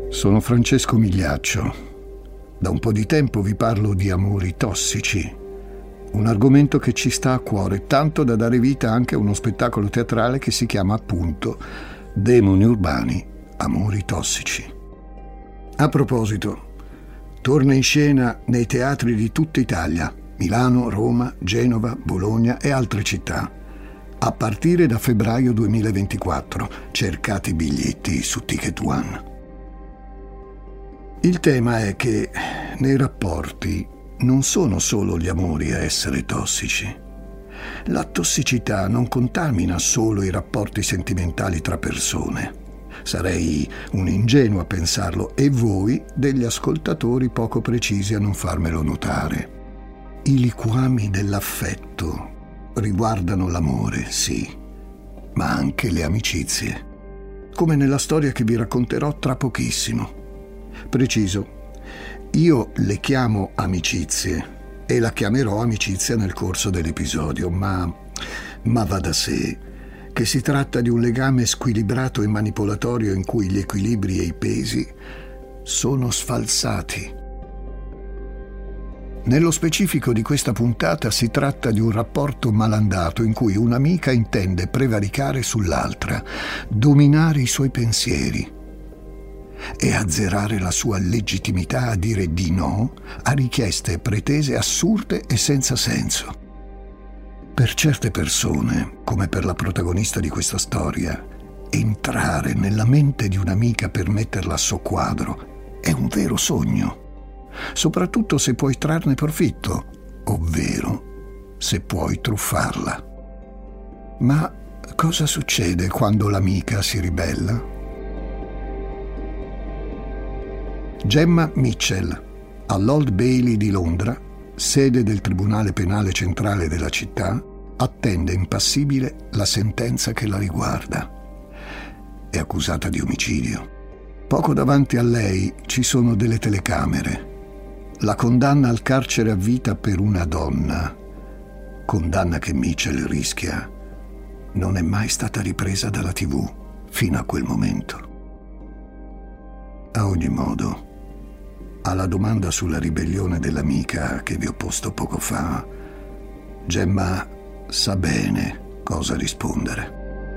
Sono Francesco Migliaccio. Da un po' di tempo vi parlo di amori tossici, un argomento che ci sta a cuore, tanto da dare vita anche a uno spettacolo teatrale che si chiama appunto Demoni Urbani, Amori Tossici. A proposito, torna in scena nei teatri di tutta Italia, Milano, Roma, Genova, Bologna e altre città, a partire da febbraio 2024. Cercate i biglietti su Ticket One. Il tema è che nei rapporti non sono solo gli amori a essere tossici. La tossicità non contamina solo i rapporti sentimentali tra persone. Sarei un ingenuo a pensarlo e voi degli ascoltatori poco precisi a non farmelo notare. I liquami dell'affetto riguardano l'amore, sì, ma anche le amicizie, come nella storia che vi racconterò tra pochissimo. Preciso, io le chiamo amicizie e la chiamerò amicizia nel corso dell'episodio, ma va da sé che si tratta di un legame squilibrato e manipolatorio in cui gli equilibri e i pesi sono sfalsati. Nello specifico di questa puntata si tratta di un rapporto malandato in cui un'amica intende prevaricare sull'altra, dominare i suoi pensieri e azzerare la sua legittimità a dire di no a richieste e pretese assurde e senza senso. Per certe persone, come per la protagonista di questa storia, entrare nella mente di un'amica per metterla a soqquadro è un vero sogno, soprattutto se puoi trarne profitto, ovvero se puoi truffarla. Ma cosa succede quando l'amica si ribella? Gemma Mitchell, all'Old Bailey di Londra, sede del Tribunale Penale Centrale della città, attende impassibile la sentenza che la riguarda. È accusata di omicidio. Poco davanti a lei ci sono delle telecamere. La condanna al carcere a vita per una donna, condanna che Mitchell rischia, non è mai stata ripresa dalla TV fino a quel momento. A ogni modo, alla domanda sulla ribellione dell'amica che vi ho posto poco fa, Gemma sa bene cosa rispondere.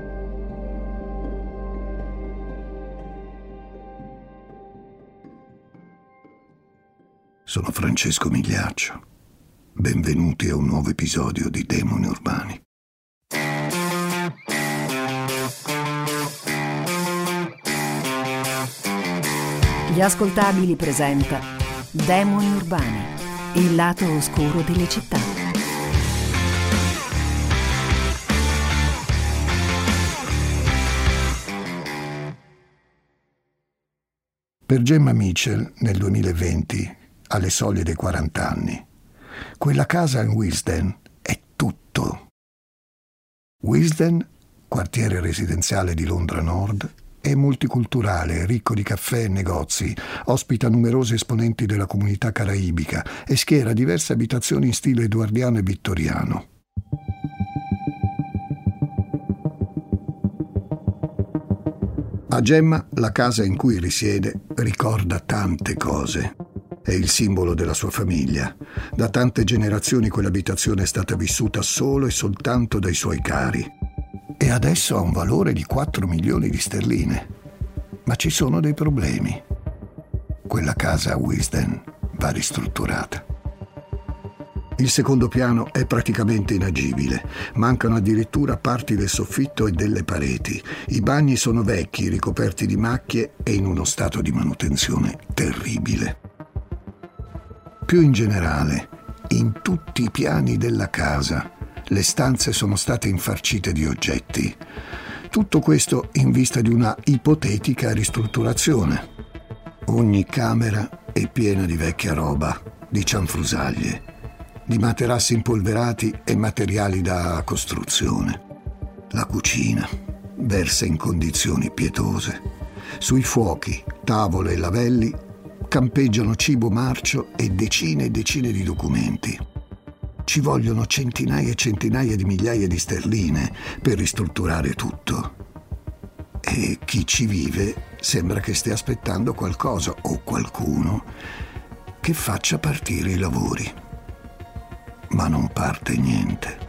Sono Francesco Migliaccio. Benvenuti a un nuovo episodio di Demoni Urbani. Gli Ascoltabili presenta Demoni Urbani, il lato oscuro delle città. Per Gemma Mitchell, nel 2020, alle soglie dei 40 anni, quella casa in Willesden è tutto. Willesden, quartiere residenziale di Londra Nord, è multiculturale, ricco di caffè e negozi, ospita numerosi esponenti della comunità caraibica e schiera diverse abitazioni in stile edoardiano e vittoriano. A Gemma la casa in cui risiede ricorda tante cose. È il simbolo della sua famiglia. Da tante generazioni quell'abitazione è stata vissuta solo e soltanto dai suoi cari. E adesso ha un valore di 4 milioni di sterline. Ma ci sono dei problemi. Quella casa a Willesden va ristrutturata. Il secondo piano è praticamente inagibile. Mancano addirittura parti del soffitto e delle pareti. I bagni sono vecchi, ricoperti di macchie e in uno stato di manutenzione terribile. Più in generale, in tutti i piani della casa, le stanze sono state infarcite di oggetti. Tutto questo in vista di una ipotetica ristrutturazione. Ogni camera è piena di vecchia roba, di cianfrusaglie, di materassi impolverati e materiali da costruzione. La cucina versa in condizioni pietose. Sui fuochi, tavole e lavelli campeggiano cibo marcio e decine di documenti. Ci vogliono centinaia e centinaia di migliaia di sterline per ristrutturare tutto. E chi ci vive sembra che stia aspettando qualcosa o qualcuno che faccia partire i lavori. Ma non parte niente.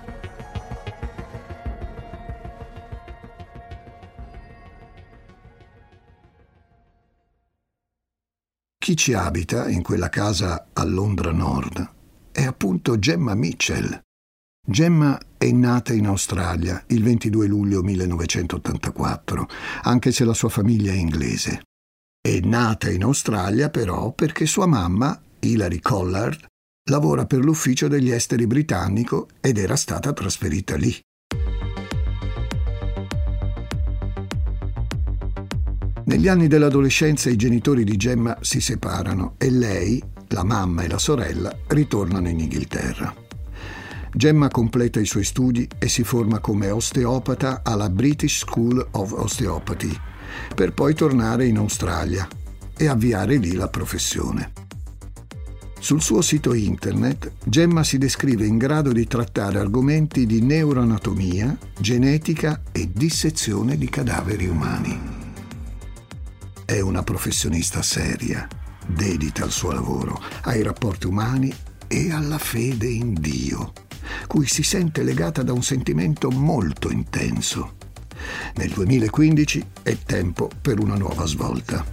Chi ci abita in quella casa a Londra Nord è appunto Gemma Mitchell. Gemma è nata in Australia il 22 luglio 1984, anche se la sua famiglia è inglese. È nata in Australia però perché sua mamma, Hilary Collard, lavora per l'ufficio degli esteri britannico ed era stata trasferita lì. Negli anni dell'adolescenza i genitori di Gemma si separano e lei, la mamma e la sorella ritornano in Inghilterra. Gemma completa i suoi studi e si forma come osteopata alla British School of Osteopathy, per poi tornare in Australia e avviare lì la professione. Sul suo sito internet, Gemma si descrive in grado di trattare argomenti di neuroanatomia, genetica e dissezione di cadaveri umani. È una professionista seria, dedita al suo lavoro, ai rapporti umani e alla fede in Dio, cui si sente legata da un sentimento molto intenso. Nel 2015 è tempo per una nuova svolta.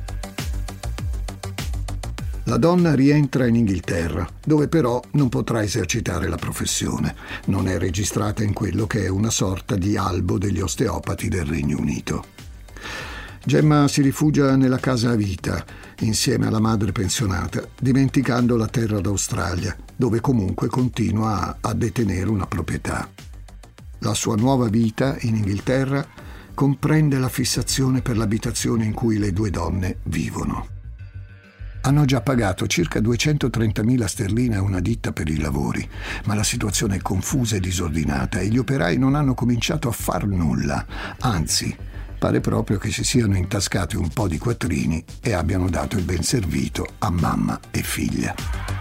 La donna rientra in Inghilterra, dove però non potrà esercitare la professione. Non è registrata in quello che è una sorta di albo degli osteopati del Regno Unito. Gemma si rifugia nella casa a vita, insieme alla madre pensionata, dimenticando la terra d'Australia, dove comunque continua a detenere una proprietà. La sua nuova vita in Inghilterra comprende la fissazione per l'abitazione in cui le due donne vivono. Hanno già pagato circa 230.000 sterline a una ditta per i lavori, ma la situazione è confusa e disordinata e gli operai non hanno cominciato a far nulla, anzi, pare proprio che si siano intascati un po' di quattrini e abbiano dato il ben servito a mamma e figlia.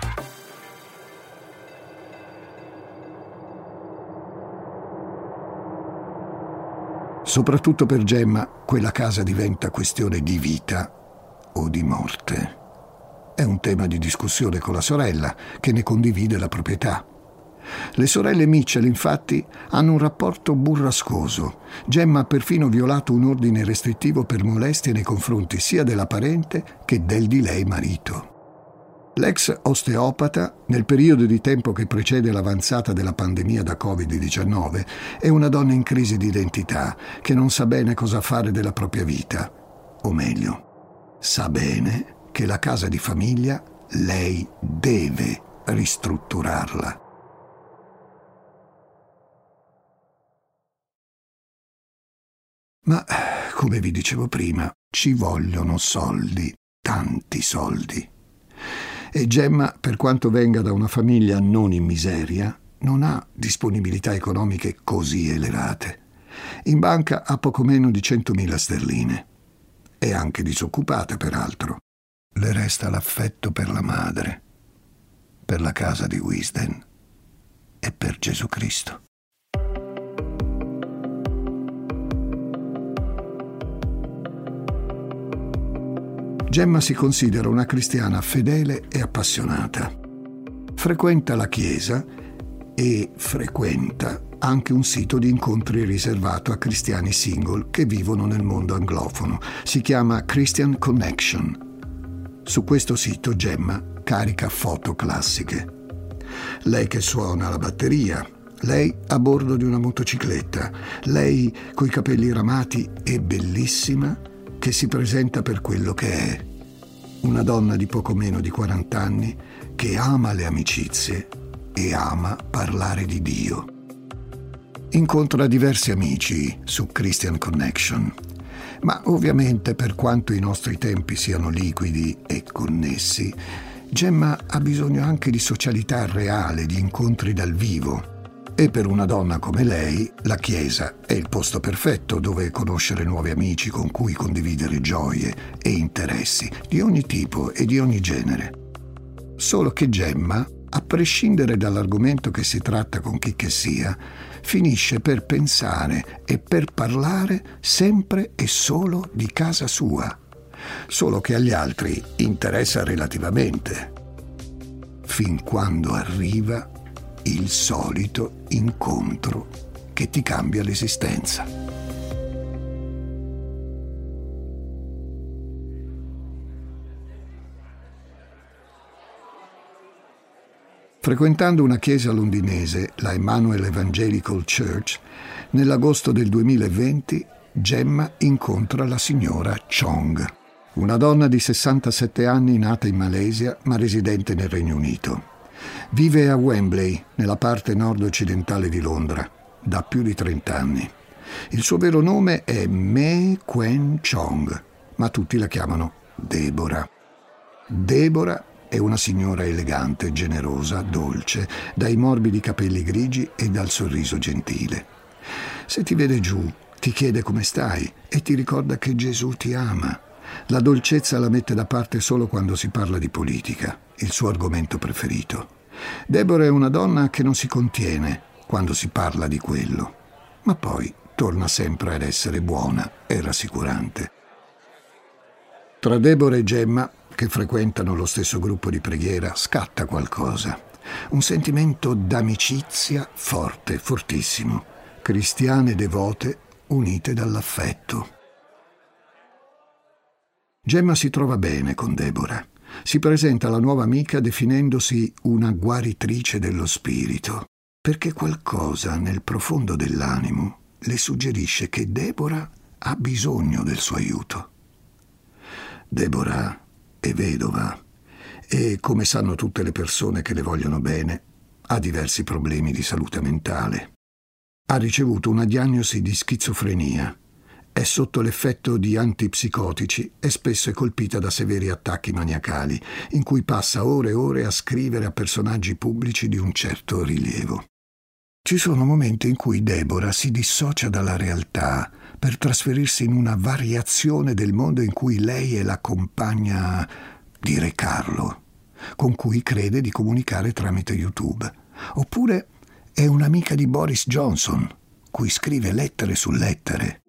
Soprattutto per Gemma, quella casa diventa questione di vita o di morte. È un tema di discussione con la sorella, che ne condivide la proprietà. Le sorelle Mitchell, infatti, hanno un rapporto burrascoso. Gemma ha perfino violato un ordine restrittivo per molestie nei confronti sia della parente che del di lei marito. L'ex osteopata, nel periodo di tempo che precede l'avanzata della pandemia da Covid-19, è una donna in crisi di identità, che non sa bene cosa fare della propria vita. O meglio, sa bene che la casa di famiglia lei deve ristrutturarla. Ma, come vi dicevo prima, ci vogliono soldi, tanti soldi. E Gemma, per quanto venga da una famiglia non in miseria, non ha disponibilità economiche così elevate. In banca ha poco meno di 100.000 sterline. È anche disoccupata, peraltro. Le resta l'affetto per la madre, per la casa di Wisden e per Gesù Cristo. Gemma si considera una cristiana fedele e appassionata. Frequenta la chiesa e frequenta anche un sito di incontri riservato a cristiani single che vivono nel mondo anglofono. Si chiama Christian Connection. Su questo sito Gemma carica foto classiche. Lei che suona la batteria, lei a bordo di una motocicletta, lei coi capelli ramati e bellissima, che si presenta per quello che è, una donna di poco meno di 40 anni che ama le amicizie e ama parlare di Dio. Incontra diversi amici su Christian Connection, ma ovviamente per quanto i nostri tempi siano liquidi e connessi, Gemma ha bisogno anche di socialità reale, di incontri dal vivo. E per una donna come lei, la chiesa è il posto perfetto dove conoscere nuovi amici con cui condividere gioie e interessi di ogni tipo e di ogni genere. Solo che Gemma, a prescindere dall'argomento che si tratta con chi che sia, finisce per pensare e per parlare sempre e solo di casa sua. solo che agli altri interessa relativamente, fin quando arriva il solito incontro che ti cambia l'esistenza. Frequentando una chiesa londinese, la Emmanuel Evangelical Church, nell'agosto del 2020 Gemma incontra la signora Chong, una donna di 67 anni nata in Malesia ma residente nel Regno Unito. Vive a Wembley, nella parte nord-occidentale di Londra, da più di 30 anni. Il suo vero nome è Mae Quen Chong, ma tutti la chiamano Deborah. Deborah è una signora elegante, generosa, dolce, dai morbidi capelli grigi e dal sorriso gentile. Se ti vede giù, ti chiede come stai e ti ricorda che Gesù ti ama. La dolcezza la mette da parte solo quando si parla di politica, il suo argomento preferito. Deborah è una donna che non si contiene quando si parla di quello, ma poi torna sempre ad essere buona e rassicurante. Tra Deborah e Gemma, che frequentano lo stesso gruppo di preghiera, scatta qualcosa. Un sentimento d'amicizia forte, fortissimo. Cristiane devote unite dall'affetto. Gemma si trova bene con Deborah. Si presenta alla nuova amica definendosi una guaritrice dello spirito, perché qualcosa nel profondo dell'animo le suggerisce che Deborah ha bisogno del suo aiuto. Deborah è vedova e, come sanno tutte le persone che le vogliono bene, ha diversi problemi di salute mentale. Ha ricevuto una diagnosi di schizofrenia, è sotto l'effetto di antipsicotici e spesso è colpita da severi attacchi maniacali, in cui passa ore e ore a scrivere a personaggi pubblici di un certo rilievo. Ci sono momenti in cui Deborah si dissocia dalla realtà per trasferirsi in una variazione del mondo in cui lei è la compagna di Re Carlo, con cui crede di comunicare tramite YouTube. Oppure è un'amica di Boris Johnson, cui scrive lettere su lettere.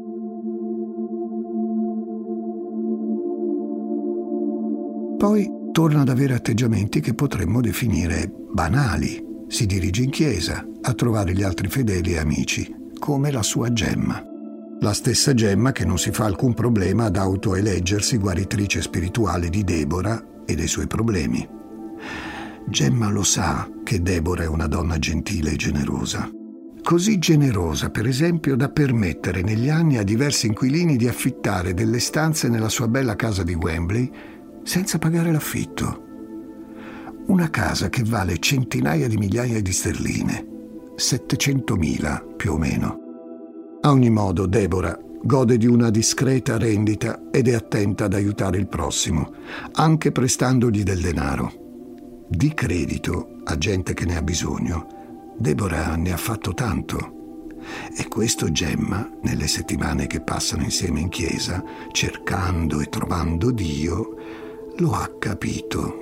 Poi torna ad avere atteggiamenti che potremmo definire banali. Si dirige in chiesa a trovare gli altri fedeli e amici, come la sua Gemma. La stessa Gemma che non si fa alcun problema ad autoeleggersi guaritrice spirituale di Deborah e dei suoi problemi. Gemma lo sa che Deborah è una donna gentile e generosa. Così generosa, per esempio, da permettere negli anni a diversi inquilini di affittare delle stanze nella sua bella casa di Wembley senza pagare l'affitto. Una casa che vale centinaia di migliaia di sterline, 700.000 più o meno. A ogni modo, Deborah gode di una discreta rendita ed è attenta ad aiutare il prossimo, anche prestandogli del denaro. Di credito a gente che ne ha bisogno, Deborah ne ha fatto tanto. E questo Gemma, nelle settimane che passano insieme in chiesa, cercando e trovando Dio, lo ha capito.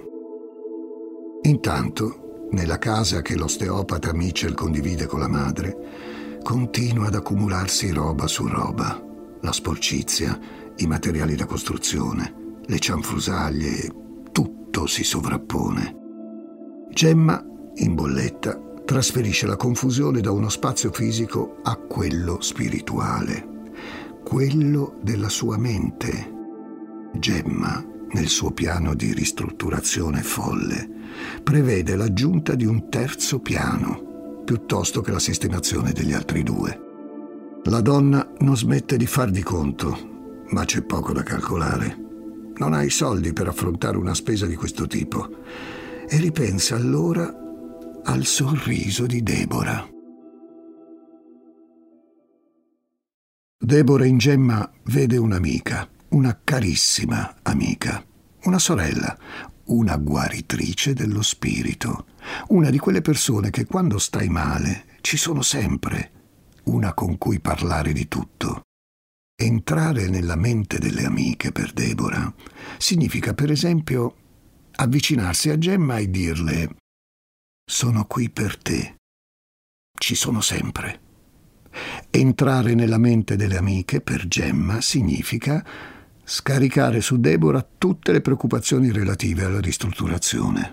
Intanto, nella casa che l'osteopata Mitchell condivide con la madre, continua ad accumularsi roba su roba. La sporcizia, i materiali da costruzione, le cianfrusaglie, tutto si sovrappone. Gemma, in bolletta, trasferisce la confusione da uno spazio fisico a quello spirituale, quello della sua mente. Gemma, nel suo piano di ristrutturazione folle, prevede l'aggiunta di un terzo piano, piuttosto che la sistemazione degli altri due. La donna non smette di far di conto, ma c'è poco da calcolare. Non ha i soldi per affrontare una spesa di questo tipo e ripensa allora al sorriso di Deborah. Deborah in Gemma vede un'amica, una carissima amica, una sorella, una guaritrice dello spirito, una di quelle persone che quando stai male ci sono sempre, una con cui parlare di tutto. Entrare nella mente delle amiche per Deborah significa, per esempio, avvicinarsi a Gemma e dirle: «Sono qui per te, ci sono sempre». Entrare nella mente delle amiche per Gemma significa Scaricare su Deborah tutte le preoccupazioni relative alla ristrutturazione.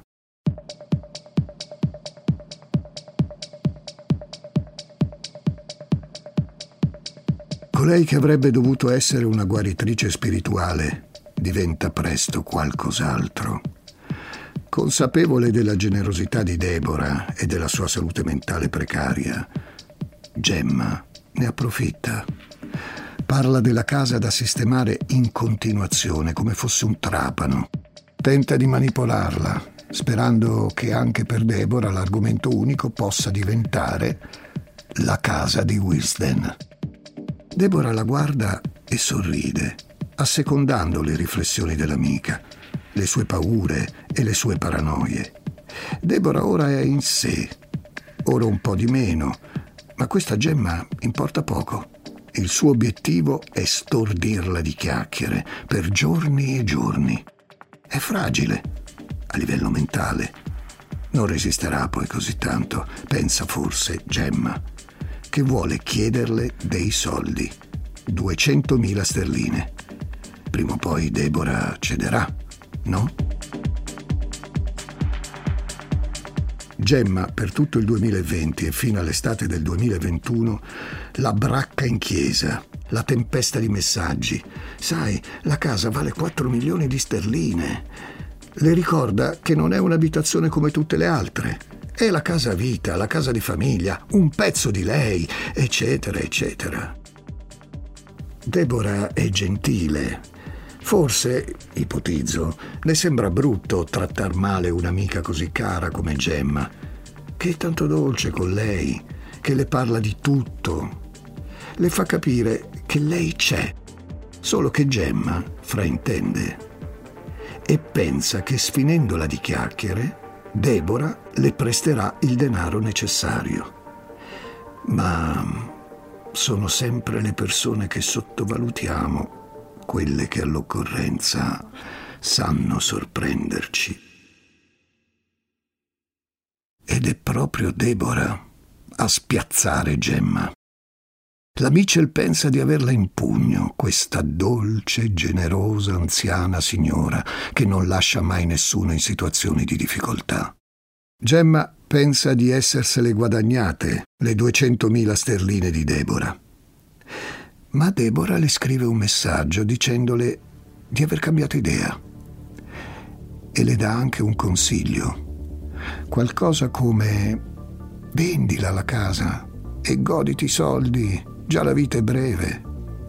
Colei che avrebbe dovuto essere una guaritrice spirituale diventa presto qualcos'altro. Consapevole della generosità di Deborah e della sua salute mentale precaria, Gemma ne approfitta. Parla della casa da sistemare in continuazione, come fosse un trapano. Tenta di manipolarla, sperando che anche per Deborah l'argomento unico possa diventare la casa di Wisden. Deborah la guarda e sorride, assecondando le riflessioni dell'amica, le sue paure e le sue paranoie. Deborah ora è in sé, ora un po' di meno, ma questa Gemma importa poco. Il suo obiettivo è stordirla di chiacchiere per giorni e giorni. È fragile a livello mentale. Non resisterà poi così tanto, pensa forse Gemma, che vuole chiederle dei soldi, 200.000 sterline. Prima o poi Deborah cederà, no? Gemma, per tutto il 2020 e fino all'estate del 2021, la bracca in chiesa, la tempesta di messaggi. Sai, la casa vale 4 milioni di sterline. Le ricorda che non è un'abitazione come tutte le altre. È la casa vita, la casa di famiglia, un pezzo di lei, eccetera, eccetera. Deborah è gentile. Forse, ipotizzo, le sembra brutto trattar male un'amica così cara come Gemma, che è tanto dolce con lei, che le parla di tutto. Le fa capire che lei c'è, solo che Gemma fraintende e pensa che sfinendola di chiacchiere, Deborah le presterà il denaro necessario. Ma sono sempre le persone che sottovalutiamo quelle che all'occorrenza sanno sorprenderci. Ed è proprio Deborah a spiazzare Gemma. La Mitchell pensa di averla in pugno, questa dolce, generosa, anziana signora che non lascia mai nessuno in situazioni di difficoltà. Gemma pensa di essersele guadagnate le 200.000 sterline di Deborah. Ma Deborah le scrive un messaggio dicendole di aver cambiato idea e le dà anche un consiglio. Qualcosa come: vendila la casa e goditi i soldi, già la vita è breve.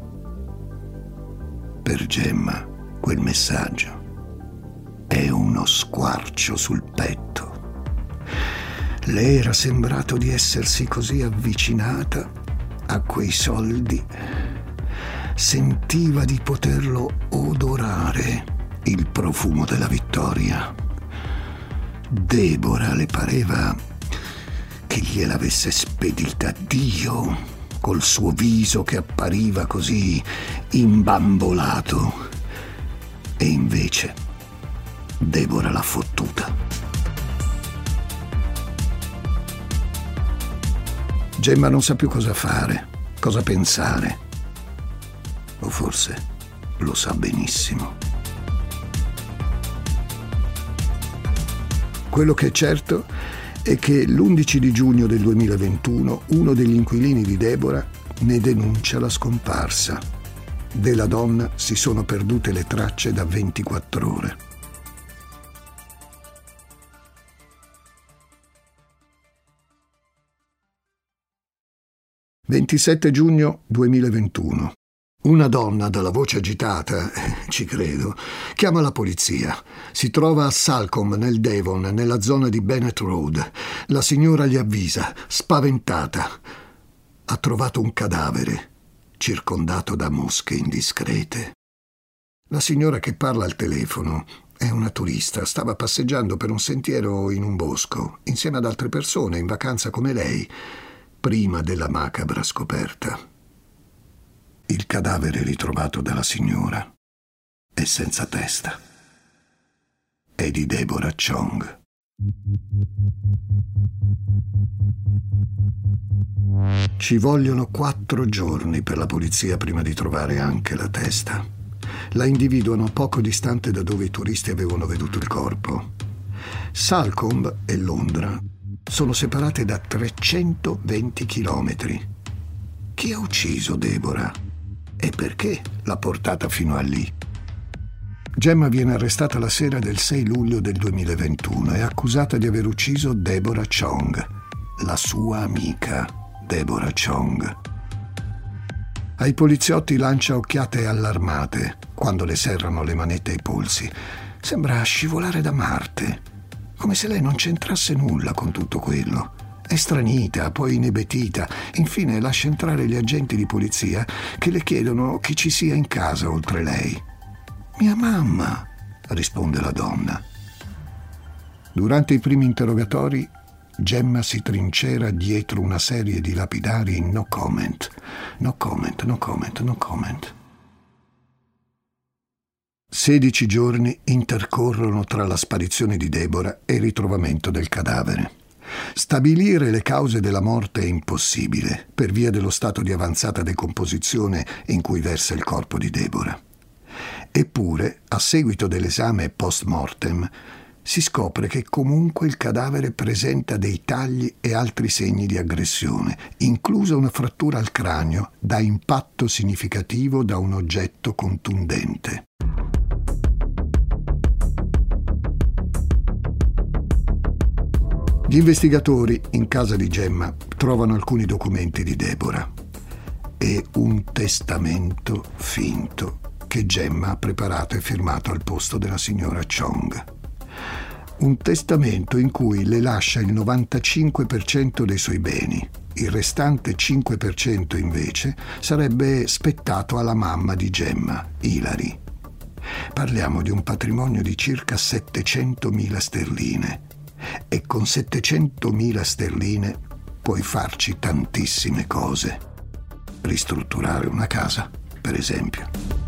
Per Gemma quel messaggio è uno squarcio sul petto. Le era sembrato di essersi così avvicinata a quei soldi. Sentiva di poterlo odorare, il profumo della vittoria. Deborah le pareva che gliel'avesse spedita Dio, col suo viso che appariva così imbambolato. E invece Deborah l'ha fottuta. Gemma non sa più cosa fare, cosa pensare. O forse lo sa benissimo. Quello che è certo è che l'11 di giugno del 2021 uno degli inquilini di Deborah ne denuncia la scomparsa. Della donna si sono perdute le tracce da 24 ore. «27 giugno 2021. Una donna dalla voce agitata, ci credo, chiama la polizia. Si trova a Salcombe, nel Devon, nella zona di Bennett Road. La signora gli avvisa, spaventata. Ha trovato un cadavere, circondato da mosche indiscrete. La signora che parla al telefono è una turista, stava passeggiando per un sentiero in un bosco, insieme ad altre persone in vacanza come lei, prima della macabra scoperta. Il cadavere ritrovato dalla signora è senza testa. È di Deborah Chong. Ci vogliono 4 giorni per la polizia prima di trovare anche la testa. La individuano poco distante da dove i turisti avevano veduto il corpo. Salcombe e Londra sono separate da 320 chilometri. Chi ha ucciso Deborah? E perché l'ha portata fino a lì? Gemma viene arrestata la sera del 6 luglio del 2021 e accusata di aver ucciso Deborah Chong, la sua amica Deborah Chong. Ai poliziotti lancia occhiate allarmate quando le serrano le manette ai polsi. Sembra scivolare da Marte, come se lei non c'entrasse nulla con tutto quello. È stranita, poi inebetita. Infine lascia entrare gli agenti di polizia che le chiedono chi ci sia in casa oltre lei. «Mia mamma», risponde la donna. Durante i primi interrogatori, Gemma si trincera dietro una serie di lapidari no comment. No comment, no comment, no comment. 16 giorni intercorrono tra la sparizione di Deborah e il ritrovamento del cadavere. Stabilire le cause della morte è impossibile per via dello stato di avanzata decomposizione in cui versa il corpo di Deborah. Eppure, a seguito dell'esame post mortem, si scopre che comunque il cadavere presenta dei tagli e altri segni di aggressione, inclusa una frattura al cranio da impatto significativo da un oggetto contundente. Gli investigatori in casa di Gemma trovano alcuni documenti di Deborah e un testamento finto che Gemma ha preparato e firmato al posto della signora Chong. Un testamento in cui le lascia il 95% dei suoi beni. Il restante 5% invece sarebbe spettato alla mamma di Gemma, Hilary. Parliamo di un patrimonio di circa 700.000 sterline. E con 700.000 sterline puoi farci tantissime cose. Ristrutturare una casa, per esempio.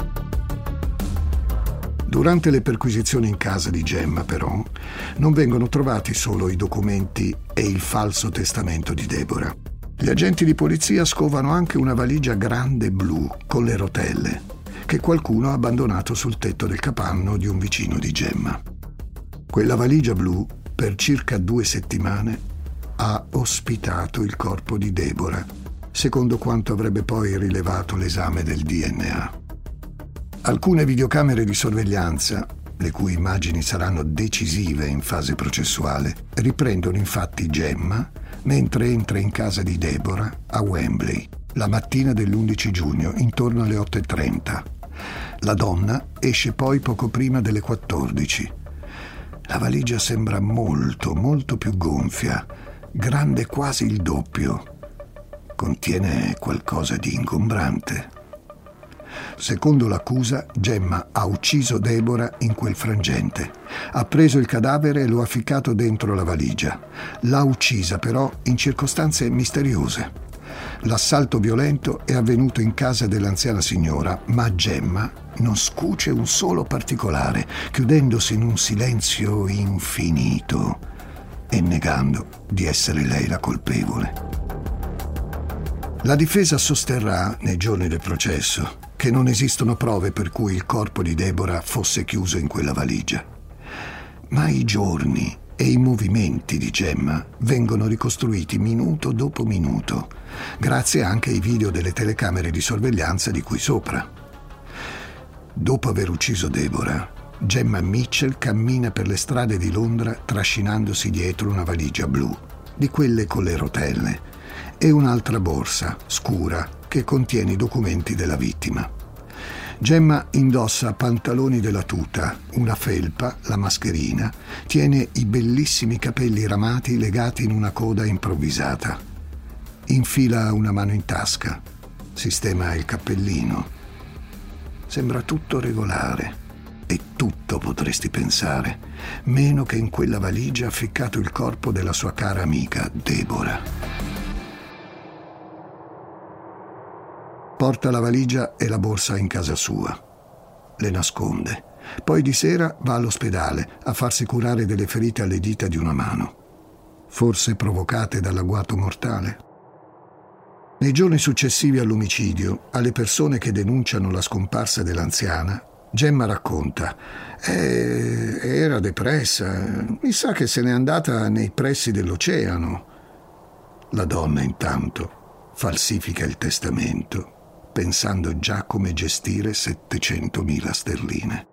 Durante le perquisizioni in casa di Gemma, però, non vengono trovati solo i documenti e il falso testamento di Deborah. Gli agenti di polizia scovano anche una valigia grande blu con le rotelle, che qualcuno ha abbandonato sul tetto del capanno di un vicino di Gemma. Quella valigia blu, per circa 2 settimane, ha ospitato il corpo di Deborah, secondo quanto avrebbe poi rilevato l'esame del DNA. Alcune videocamere di sorveglianza, le cui immagini saranno decisive in fase processuale, riprendono infatti Gemma mentre entra in casa di Deborah a Wembley, la mattina dell'11 giugno, intorno alle 8:30. La donna esce poi poco prima delle 14. La valigia sembra molto, molto più gonfia, grande quasi il doppio. Contiene qualcosa di ingombrante. Secondo l'accusa, Gemma ha ucciso Deborah in quel frangente. Ha preso il cadavere e lo ha ficcato dentro la valigia. L'ha uccisa però in circostanze misteriose. L'assalto violento è avvenuto in casa dell'anziana signora, ma Gemma non scuce un solo particolare, chiudendosi in un silenzio infinito e negando di essere lei la colpevole. La difesa sosterrà, nei giorni del processo, che non esistono prove per cui il corpo di Deborah fosse chiuso in quella valigia. Ma i giorni e i movimenti di Gemma vengono ricostruiti minuto dopo minuto, grazie anche ai video delle telecamere di sorveglianza di cui sopra. Dopo aver ucciso Deborah, Gemma Mitchell cammina per le strade di Londra trascinandosi dietro una valigia blu, di quelle con le rotelle, e un'altra borsa scura che contiene i documenti della vittima. Gemma indossa pantaloni della tuta, una felpa, la mascherina, tiene i bellissimi capelli ramati legati in una coda improvvisata. Infila una mano in tasca, sistema il cappellino. Sembra tutto regolare e tutto, potresti pensare, meno che in quella valigia ha ficcato il corpo della sua cara amica Deborah. Porta la valigia e la borsa in casa sua. Le nasconde. Poi di sera va all'ospedale a farsi curare delle ferite alle dita di una mano, forse provocate dall'agguato mortale. Nei giorni successivi all'omicidio, alle persone che denunciano la scomparsa dell'anziana Gemma racconta: era depressa, mi sa che se n'è andata nei pressi dell'oceano. La donna intanto falsifica il testamento, pensando già come gestire 700.000 sterline.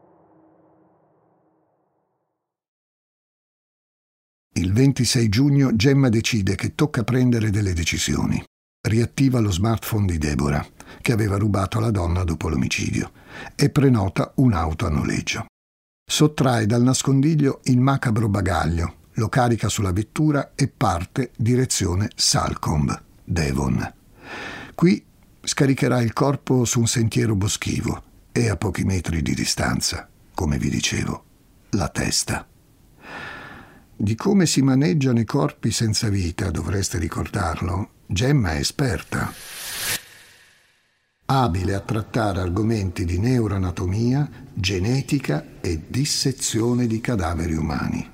Il 26 giugno Gemma decide che tocca prendere delle decisioni. Riattiva lo smartphone di Deborah, che aveva rubato alla donna dopo l'omicidio, e prenota un'auto a noleggio. Sottrae dal nascondiglio il macabro bagaglio, lo carica sulla vettura e parte direzione Salcombe, Devon. Qui scaricherà il corpo su un sentiero boschivo e a pochi metri di distanza, come vi dicevo, la testa. Di come si maneggiano i corpi senza vita, dovreste ricordarlo, Gemma è esperta. Abile a trattare argomenti di neuroanatomia, genetica e dissezione di cadaveri umani.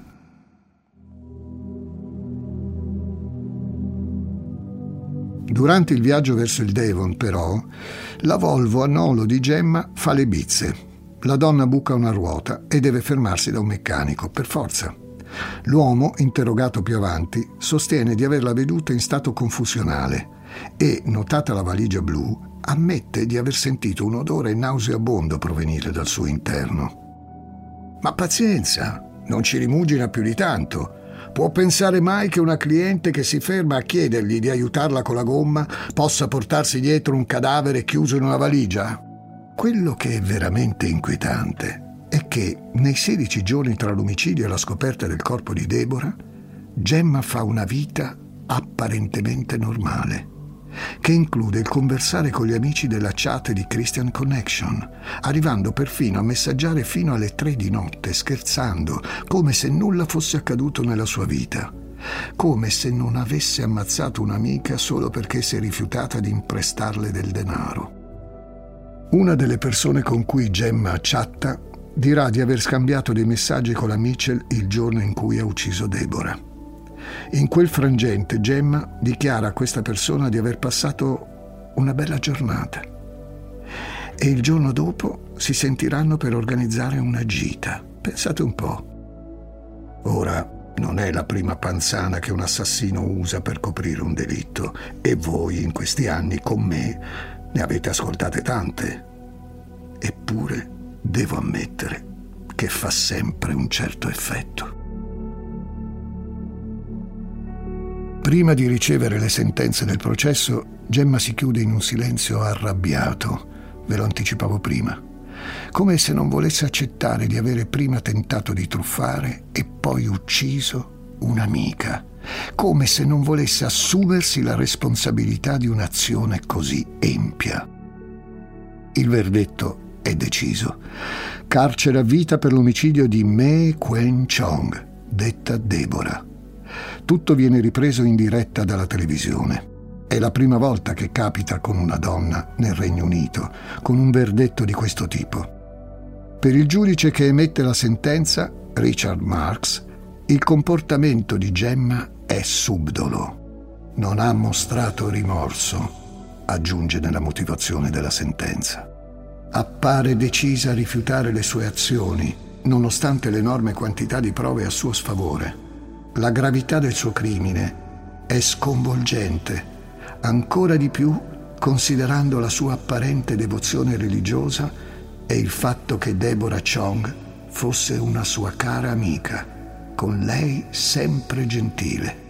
Durante il viaggio verso il Devon, però, la Volvo a nolo di Gemma fa le bizze. La donna buca una ruota e deve fermarsi da un meccanico, per forza. L'uomo, interrogato più avanti, sostiene di averla veduta in stato confusionale e, notata la valigia blu, ammette di aver sentito un odore nauseabondo provenire dal suo interno. Ma pazienza, non ci rimugina più di tanto. Può pensare mai che una cliente che si ferma a chiedergli di aiutarla con la gomma possa portarsi dietro un cadavere chiuso in una valigia? Quello che è veramente inquietante è che nei 16 giorni tra l'omicidio e la scoperta del corpo di Deborah, Gemma fa una vita apparentemente normale, che include il conversare con gli amici della chat di Christian Connection, arrivando perfino a messaggiare fino alle 3 di notte, scherzando, come se nulla fosse accaduto nella sua vita, come se non avesse ammazzato un'amica solo perché si è rifiutata di imprestarle del denaro. Una delle persone con cui Gemma chatta dirà di aver scambiato dei messaggi con la Mitchell il giorno in cui ha ucciso Deborah. In quel frangente Gemma dichiara a questa persona di aver passato una bella giornata e il giorno dopo si sentiranno per organizzare una gita. Pensate un po'. Ora non è la prima panzana che un assassino usa per coprire un delitto e voi in questi anni con me ne avete ascoltate tante. Eppure devo ammettere che fa sempre un certo effetto. Prima di ricevere le sentenze del processo, Gemma si chiude in un silenzio arrabbiato, ve lo anticipavo prima, come se non volesse accettare di avere prima tentato di truffare e poi ucciso un'amica, come se non volesse assumersi la responsabilità di un'azione così empia. Il verdetto è deciso: carcere a vita per l'omicidio di Mae Quen Chong, detta Deborah. Tutto viene ripreso in diretta dalla televisione. È la prima volta che capita con una donna nel Regno Unito, con un verdetto di questo tipo. Per il giudice che emette la sentenza, Richard Marks, il comportamento di Gemma è subdolo. Non ha mostrato rimorso, aggiunge nella motivazione della sentenza. Appare decisa a rifiutare le sue azioni, nonostante l'enorme quantità di prove a suo sfavore. La gravità del suo crimine è sconvolgente, ancora di più considerando la sua apparente devozione religiosa e il fatto che Deborah Chong fosse una sua cara amica, con lei sempre gentile.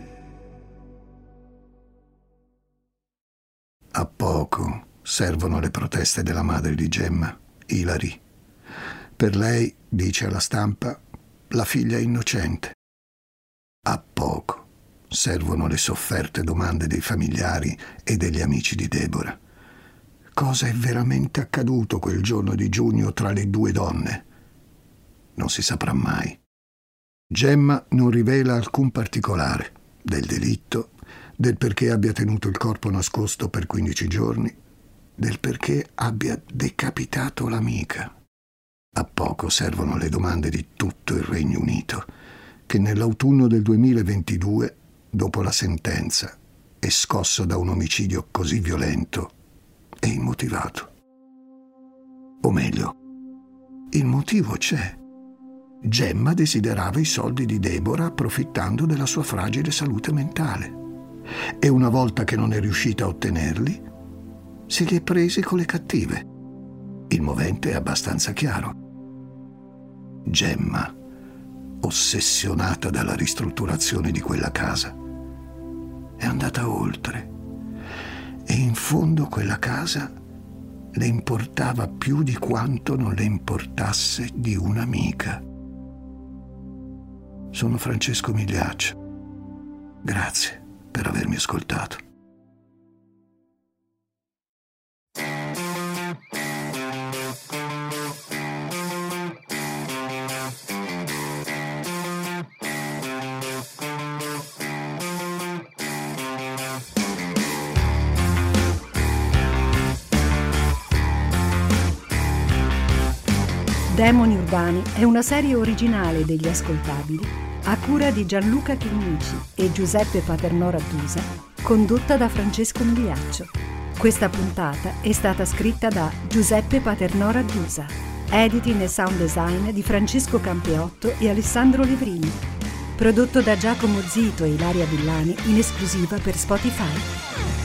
A poco servono le proteste della madre di Gemma, Hilary. Per lei, dice alla stampa, la figlia è innocente. A poco servono le sofferte domande dei familiari e degli amici di Deborah. Cosa è veramente accaduto quel giorno di giugno tra le due donne? Non si saprà mai. Gemma non rivela alcun particolare del delitto, del perché abbia tenuto il corpo nascosto per 15 giorni, del perché abbia decapitato l'amica. A poco servono le domande di tutto il Regno Unito, che nell'autunno del 2022, dopo la sentenza, è scosso da un omicidio così violento e immotivato. O meglio, Il motivo c'è. Gemma desiderava i soldi di Deborah approfittando della sua fragile salute mentale. E una volta che non è riuscita a ottenerli, se li è presi con le cattive. Il movente è abbastanza chiaro. Gemma, ossessionata dalla ristrutturazione di quella casa, è andata oltre. E in fondo quella casa le importava più di quanto non le importasse di un'amica. Sono Francesco Migliaccio. Grazie per avermi ascoltato. Demoni Urbani è una serie originale degli Ascoltabili a cura di Gianluca Chinnici e Giuseppe Paternò Rattusa, condotta da Francesco Migliaccio. Questa puntata è stata scritta da Giuseppe Paternò Rattusa, editing e sound design di Francesco Campeotto e Alessandro Levrini, prodotto da Giacomo Zito e Ilaria Villani in esclusiva per Spotify.